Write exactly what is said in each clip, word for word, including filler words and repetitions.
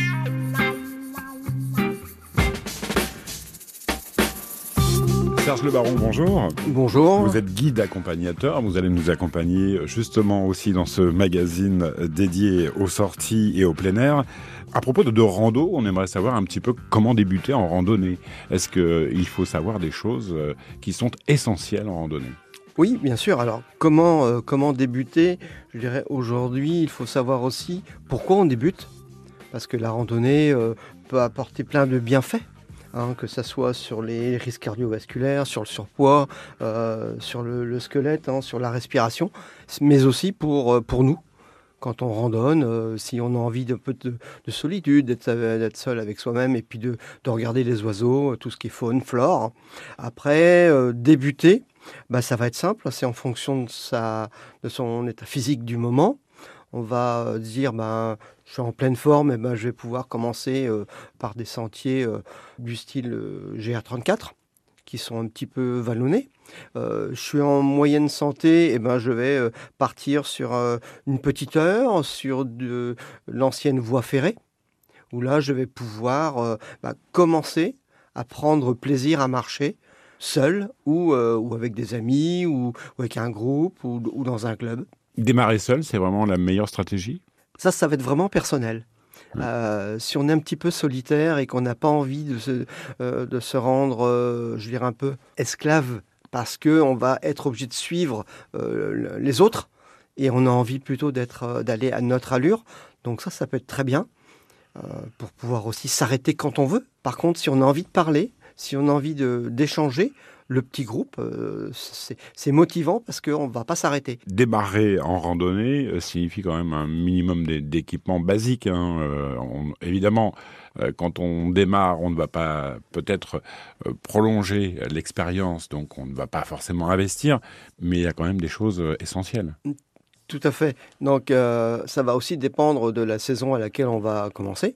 Serge Le Baron, bonjour. Bonjour. Vous êtes guide accompagnateur, vous allez nous accompagner justement aussi dans ce magazine dédié aux sorties et au plein air. À propos de, de rando, on aimerait savoir un petit peu comment débuter en randonnée. Est-ce qu'il faut savoir des choses qui sont essentielles en randonnée ? Oui, bien sûr. Alors, comment, euh, comment débuter ? Je dirais aujourd'hui, il faut savoir aussi pourquoi on débute. Parce que la randonnée euh, peut apporter plein de bienfaits. Hein, que ça soit sur les risques cardiovasculaires, sur le surpoids, euh, sur le, le squelette, hein, sur la respiration, mais aussi pour, pour nous. Quand on randonne, euh, si on a envie d'un peu de, de solitude, d'être, d'être seul avec soi-même et puis de, de regarder les oiseaux, tout ce qui est faune, flore. Après, euh, débuter, bah, ça va être simple, c'est en fonction de, sa, de son état physique du moment. On va dire, ben, je suis en pleine forme, et ben, je vais pouvoir commencer euh, par des sentiers euh, du style euh, G R trente-quatre, qui sont un petit peu vallonnés. Euh, je suis en moyenne santé, et ben, je vais euh, partir sur euh, une petite heure, sur de l'ancienne voie ferrée, où là, je vais pouvoir euh, ben, commencer à prendre plaisir à marcher, seul, ou, euh, ou avec des amis, ou, ou avec un groupe, ou, ou dans un club. Démarrer seul, c'est vraiment la meilleure stratégie ? Ça, ça va être vraiment personnel. Ouais. Euh, si on est un petit peu solitaire et qu'on n'a pas envie de se, euh, de se rendre, euh, je dirais un peu esclave, parce qu'on va être obligé de suivre euh, les autres, et on a envie plutôt d'être, euh, d'aller à notre allure. Donc ça, ça peut être très bien, euh, pour pouvoir aussi s'arrêter quand on veut. Par contre, si on a envie de parler, si on a envie de, d'échanger, le petit groupe, euh, c'est, c'est motivant parce qu'on ne va pas s'arrêter. Démarrer en randonnée euh, signifie quand même un minimum d'équipement basique. Hein. Euh, on, évidemment, euh, quand on démarre, on ne va pas peut-être euh, prolonger l'expérience, donc on ne va pas forcément investir, mais il y a quand même des choses euh, essentielles. Tout à fait. Donc euh, ça va aussi dépendre de la saison à laquelle on va commencer.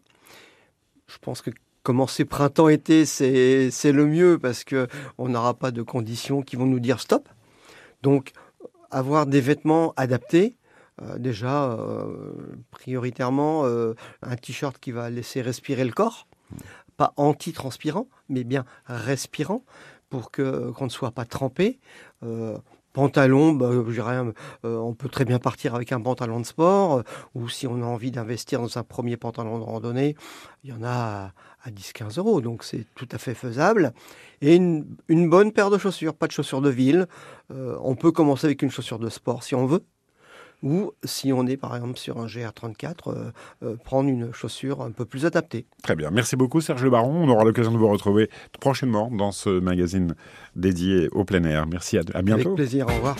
Je pense que commencer printemps-été, c'est, c'est le mieux parce qu'on n'aura pas de conditions qui vont nous dire stop. Donc, avoir des vêtements adaptés, euh, déjà, euh, prioritairement, euh, un t-shirt qui va laisser respirer le corps, pas anti-transpirant, mais bien respirant, pour que, qu'on ne soit pas trempé. Euh, Pantalon, bah, je dirais, euh, on peut très bien partir avec un pantalon de sport, euh, ou si on a envie d'investir dans un premier pantalon de randonnée, il y en a à, à dix à quinze euros, donc c'est tout à fait faisable. Et une, une bonne paire de chaussures, pas de chaussures de ville. Euh, on peut commencer avec une chaussure de sport si on veut, ou si on est par exemple sur un G R trente-quatre, euh, euh, prendre une chaussure un peu plus adaptée. Très bien, merci beaucoup Serge Le Baron. On aura l'occasion de vous retrouver prochainement dans ce magazine dédié au plein air. Merci, à, à bientôt. Avec plaisir, au revoir.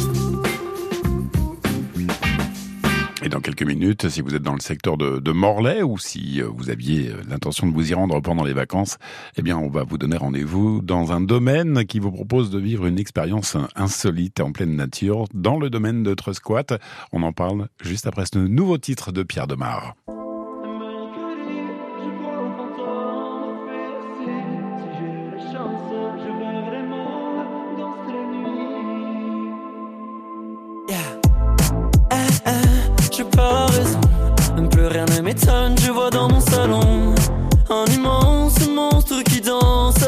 Et dans quelques minutes, si vous êtes dans le secteur de, de Morlaix ou si vous aviez l'intention de vous y rendre pendant les vacances, eh bien, on va vous donner rendez-vous dans un domaine qui vous propose de vivre une expérience insolite en pleine nature dans le domaine de Trusquat. On en parle juste après ce nouveau titre de Pierre Demar. Plus rien ne m'étonne, je vois dans mon salon un immense monstre qui danse.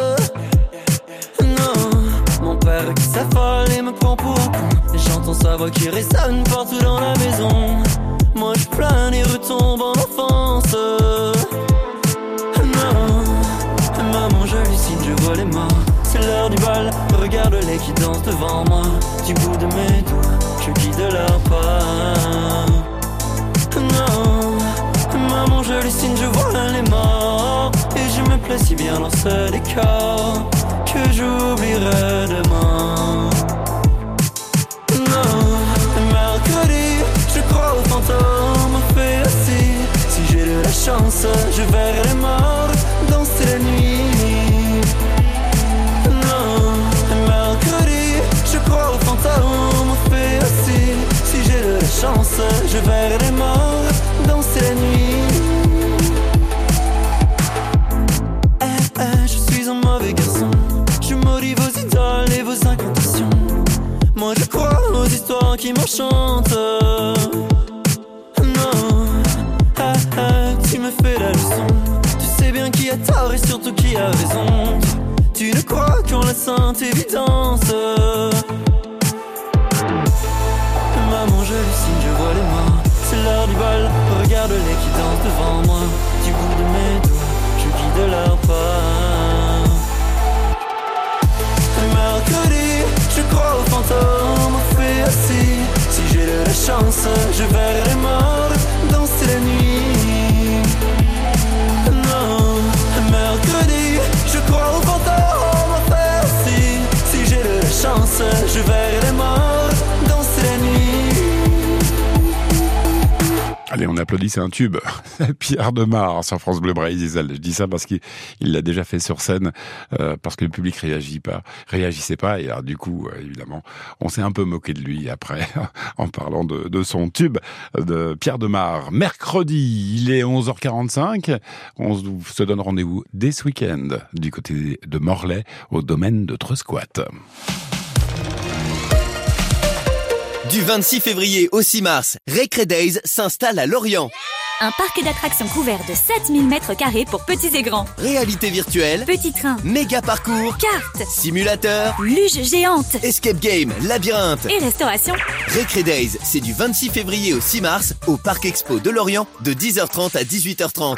Non, mon père qui s'affole et me prend pour un con, et j'entends sa voix qui résonne partout dans la maison. Moi je plane et retombe en enfance. Non, maman j'hallucine, je vois les morts. C'est l'heure du bal, regarde-les qui dansent devant moi. Du bout de mes doigts, je guide leur pas. Non, maman j'hallucine, je vois les morts, et je me plais si bien dans ce décor que j'oublierai demain. Non, mercredi, je crois aux fantômes, fait aussi. Si j'ai de la chance, je verrai les morts danser la nuit. Non, mercredi, je crois aux fantômes, fait aussi. Si j'ai de la chance, je verrai les morts danser la nuit. Eh, eh, je suis un mauvais garçon. Je maudis vos idoles et vos incantations. Moi je crois aux histoires qui m'enchantent. Non, eh, eh, tu me fais n'importe qui a raison. Tu ne crois qu'en la sainte évidence. Maman, je hallucine, je vois les morts. C'est l'heure du bal, regarde-les qui dansent devant moi. Du bout de mes doigts, je guide leur pas. Mercredi, je crois aux fantômes, aux fées assis. Si j'ai de la chance, je verrai les morts danser la nuit. Non, mercredi, je crois aux fantômes, aux fées assis. Si j'ai de la chance, je verrai les morts danser la nuit. Allez, on applaudit, c'est un tube. Pierre Demar sur France Bleu Brésil. Je dis ça parce qu'il l'a déjà fait sur scène, euh, parce que le public réagit pas, réagissait pas. Et alors, du coup, euh, évidemment, on s'est un peu moqué de lui après, en parlant de, de son tube de Pierre Demar. Mercredi, il est onze heures quarante-cinq. On se donne rendez-vous dès ce week-end du côté de Morlaix, au domaine de Trescoat. Du vingt-six février au six mars, Recre Days s'installe à Lorient. Un parc d'attractions couvert de sept mille mètres carrés pour petits et grands. Réalité virtuelle, Petits trains, méga parcours, cartes, simulateur, luge géante, escape game, labyrinthe. et restauration. Recre Days, c'est du vingt-six février au six mars au Parc Expo de Lorient de dix heures trente à dix-huit heures trente.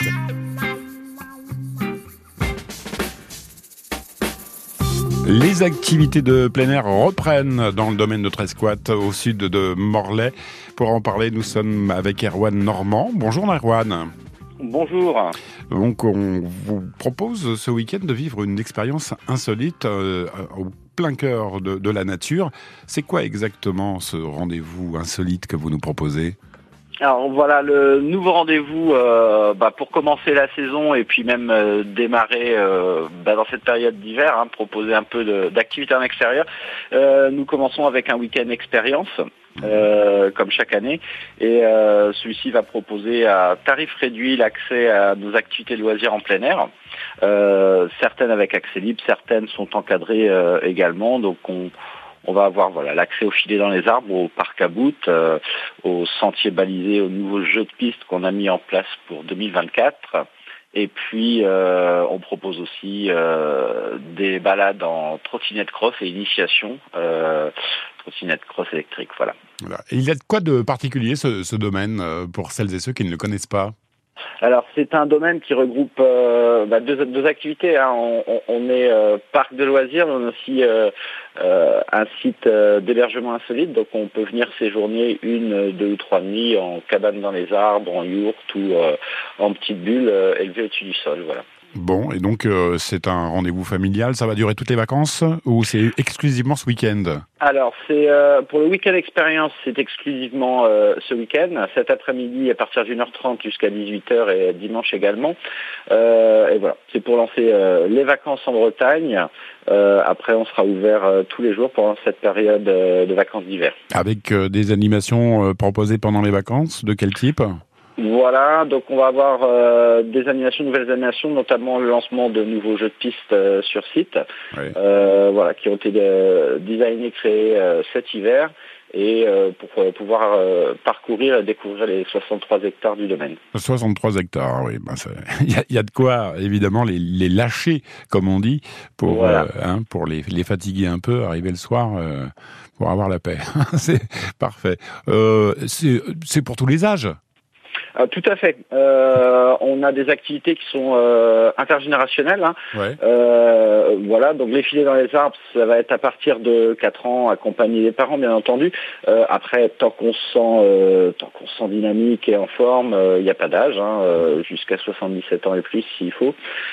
Les activités de plein air reprennent dans le domaine de Trescoat, au sud de Morlaix. Pour en parler, nous sommes avec Erwan Normand. Bonjour Erwan. Bonjour. Donc on vous propose ce week-end de vivre une expérience insolite euh, au plein cœur de, de la nature. C'est quoi exactement ce rendez-vous insolite que vous nous proposez ? Alors voilà le nouveau rendez-vous euh, bah, pour commencer la saison et puis même euh, démarrer euh, bah, dans cette période d'hiver, hein, proposer un peu de, d'activité en extérieur. Euh, nous commençons avec un week-end expérience, euh, comme chaque année, et euh, celui-ci va proposer à tarif réduit l'accès à nos activités de loisirs en plein air. Euh, certaines avec accès libre, certaines sont encadrées euh, également, donc on On va avoir voilà l'accès au filet dans les arbres, au parc à bout, euh, aux sentiers balisés, aux nouveaux jeux de piste qu'on a mis en place pour deux mille vingt-quatre. Et puis, euh, on propose aussi euh, des balades en trottinette cross et initiation, euh, trottinette cross électrique. Voilà. Voilà. Et il y a de quoi de particulier ce, ce domaine euh, pour celles et ceux qui ne le connaissent pas ? Alors c'est un domaine qui regroupe euh, bah, deux, deux activités. Hein. On, on, on est euh, parc de loisirs, mais on a aussi euh, euh, un site euh, d'hébergement insolite. Donc on peut venir séjourner une, deux ou trois nuits en cabane dans les arbres, en yourte ou euh, en petite bulle euh, élevée au-dessus du sol. Voilà. Bon, et donc euh, c'est un rendez-vous familial, ça va durer toutes les vacances ou c'est exclusivement ce week-end ? Alors, c'est euh, pour le week-end expérience, c'est exclusivement euh, ce week-end, cet après-midi à partir d'une heure trente jusqu'à dix-huit heures et dimanche également. Euh, et voilà, c'est pour lancer euh, les vacances en Bretagne. Euh, après, on sera ouvert euh, tous les jours pendant cette période euh, de vacances d'hiver. Avec euh, des animations euh, proposées pendant les vacances, de quel type ? Voilà, donc on va avoir euh, des animations, nouvelles animations, notamment le lancement de nouveaux jeux de piste euh, sur site, Oui. euh, voilà, qui ont été euh, designés, créés euh, cet hiver, et euh, pour euh, pouvoir euh, parcourir et découvrir les soixante-trois hectares du domaine. soixante-trois hectares, oui. Ben il y, y a de quoi, évidemment, les, les lâcher, comme on dit, pour, Voilà. euh, hein, pour les, les fatiguer un peu, arriver le soir, euh, pour avoir la paix. C'est parfait. Euh, c'est, c'est pour tous les âges ? Euh, tout à fait. Euh, on a des activités qui sont euh, intergénérationnelles. Hein. Ouais. Euh, voilà, donc les filets dans les arbres, ça va être à partir de quatre ans, accompagné des parents, bien entendu. Euh, après, tant qu'on se sent, euh, tant qu'on se sent dynamique et en forme, il euh, n'y a pas d'âge, hein, euh, jusqu'à soixante-dix-sept ans et plus s'il faut.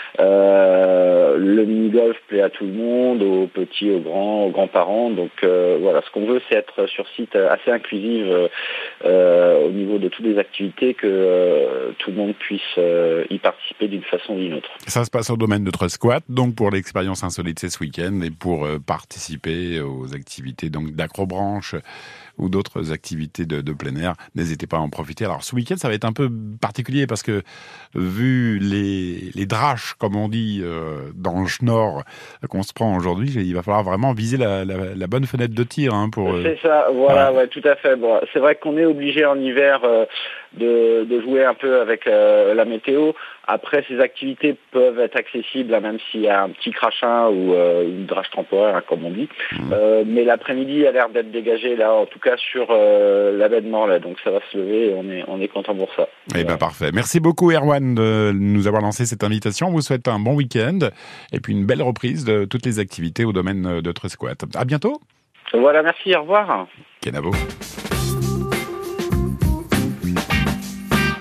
Euh, le mini-golf plaît à tout le monde, aux petits, aux grands, aux grands-parents. Donc euh, voilà, ce qu'on veut, c'est être sur site assez inclusive euh, au niveau de toutes les activités, que euh, tout le monde puisse euh, y participer d'une façon ou d'une autre. Ça se passe au domaine de Trescoat, donc pour l'expérience insolite, c'est ce week-end, et pour euh, participer aux activités donc d'acrobranche ou d'autres activités de, de plein air, n'hésitez pas à en profiter. Alors ce week-end, ça va être un peu particulier parce que vu les, les draches, comme on dit euh, dans le schnorr qu'on se prend aujourd'hui, il va falloir vraiment viser la, la, la bonne fenêtre de tir. Hein, pour, euh... C'est ça, voilà, ouais. Ouais, tout à fait. Bon, c'est vrai qu'on est obligé en hiver euh, de, de jouer un peu avec euh, la météo. Après, ces activités peuvent être accessibles, hein, même s'il y a un petit crachin ou euh, une drage temporaire, hein, comme on dit. Mmh. Euh, mais l'après-midi a l'air d'être dégagé, là, en tout cas sur euh, la baie de Morlaix. Donc ça va se lever et on est, on est content pour ça. Eh ben, parfait. Merci beaucoup, Erwan, de nous avoir lancé cette invitation. On vous souhaite un bon week-end et puis une belle reprise de toutes les activités au domaine de Tresquat. À bientôt. Voilà, merci, au revoir. Kenavo.